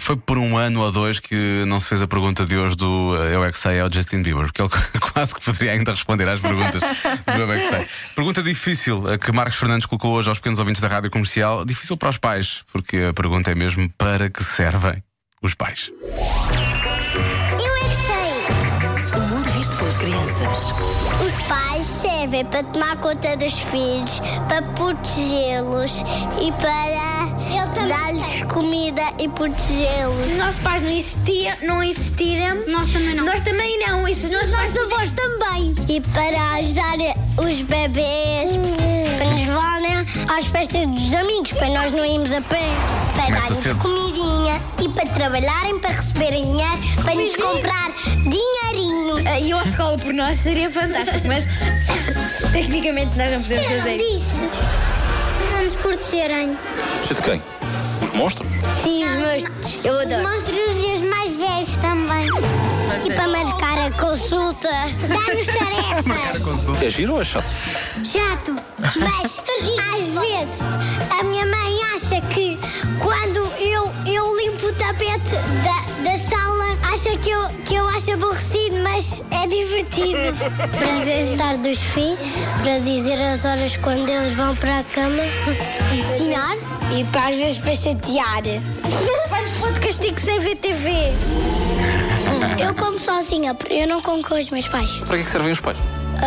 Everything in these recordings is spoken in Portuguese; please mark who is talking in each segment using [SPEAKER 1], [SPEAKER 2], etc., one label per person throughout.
[SPEAKER 1] foi por um ano ou dois que não se fez a pergunta de hoje do Eu é que sei ao Justin Bieber, porque ele quase que poderia ainda responder às perguntas do Eu é que sei. Pergunta difícil a que Marcos Fernandes colocou hoje aos pequenos ouvintes da Rádio Comercial. Difícil para os pais, porque a pergunta é mesmo: para que servem os pais?
[SPEAKER 2] Eu é que sei.
[SPEAKER 3] O mundo visto pelas crianças.
[SPEAKER 2] Os pais servem para tomar conta dos filhos, para protegê-los e para dar-lhes comida e protegê-los.
[SPEAKER 4] Se os nossos pais não existiram, nós também não. Nós também não. E os nossos
[SPEAKER 2] avós também. E para ajudar os bebês, para nos levarem às festas dos amigos, para nós não irmos a pé. Para
[SPEAKER 1] Começa
[SPEAKER 2] dar-lhes
[SPEAKER 1] cedo.
[SPEAKER 2] comidinha e para trabalharem, para receberem dinheiro, para nos comprar dinheirinho.
[SPEAKER 4] E eu à escola por nós seria fantástico, mas tecnicamente nós não podemos fazer isso.
[SPEAKER 2] Disse. Para nos protegerem.
[SPEAKER 5] De quem? Os monstros?
[SPEAKER 2] Sim, os monstros. Eu adoro. Os monstros e os mais velhos também. E para marcar a consulta. Dar-nos tarefas.
[SPEAKER 5] É giro ou é chato?
[SPEAKER 2] Chato. Mas, às vezes, a minha mãe acha que quando eu limpo o tapete da sala, acha que eu acho aborrecido, mas é divertido. Para gostar dos filhos, para dizer as horas quando eles vão para a cama. Ensinar. E para às vezes para chatear. Para nos pôr de castigo sem ver TV. Eu como sozinha, eu não como com os meus pais.
[SPEAKER 5] Para que servem os pais?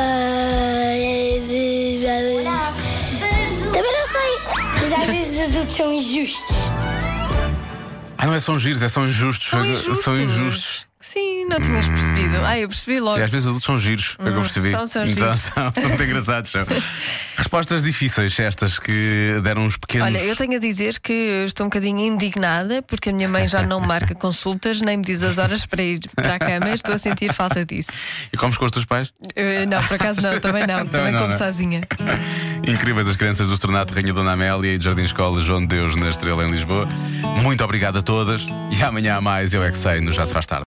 [SPEAKER 2] Também não sei. Mas às vezes os adultos são injustos.
[SPEAKER 1] Não é são giros, são injustos. São injustos.
[SPEAKER 3] Sim, não tinhas percebido. Eu percebi logo.
[SPEAKER 1] E às vezes os adultos são giros, foi o que eu percebi.
[SPEAKER 3] São
[SPEAKER 1] Então,
[SPEAKER 3] giros.
[SPEAKER 1] são muito engraçados. São. Respostas difíceis, estas que deram uns pequenos.
[SPEAKER 3] Olha, eu tenho a dizer que estou um bocadinho indignada porque a minha mãe já não marca consultas, nem me diz as horas para ir para a cama. Estou a sentir falta disso.
[SPEAKER 1] E comes com os teus pais?
[SPEAKER 3] Não, por acaso não, também não. Também
[SPEAKER 1] não,
[SPEAKER 3] como
[SPEAKER 1] não.
[SPEAKER 3] sozinha.
[SPEAKER 1] Incríveis as crianças do Estornato Rainha Dona Amélia e do Jardim Escola João de Deus na Estrela em Lisboa. Muito obrigado a todas e amanhã há mais Eu é que sei, no Já se faz tarde.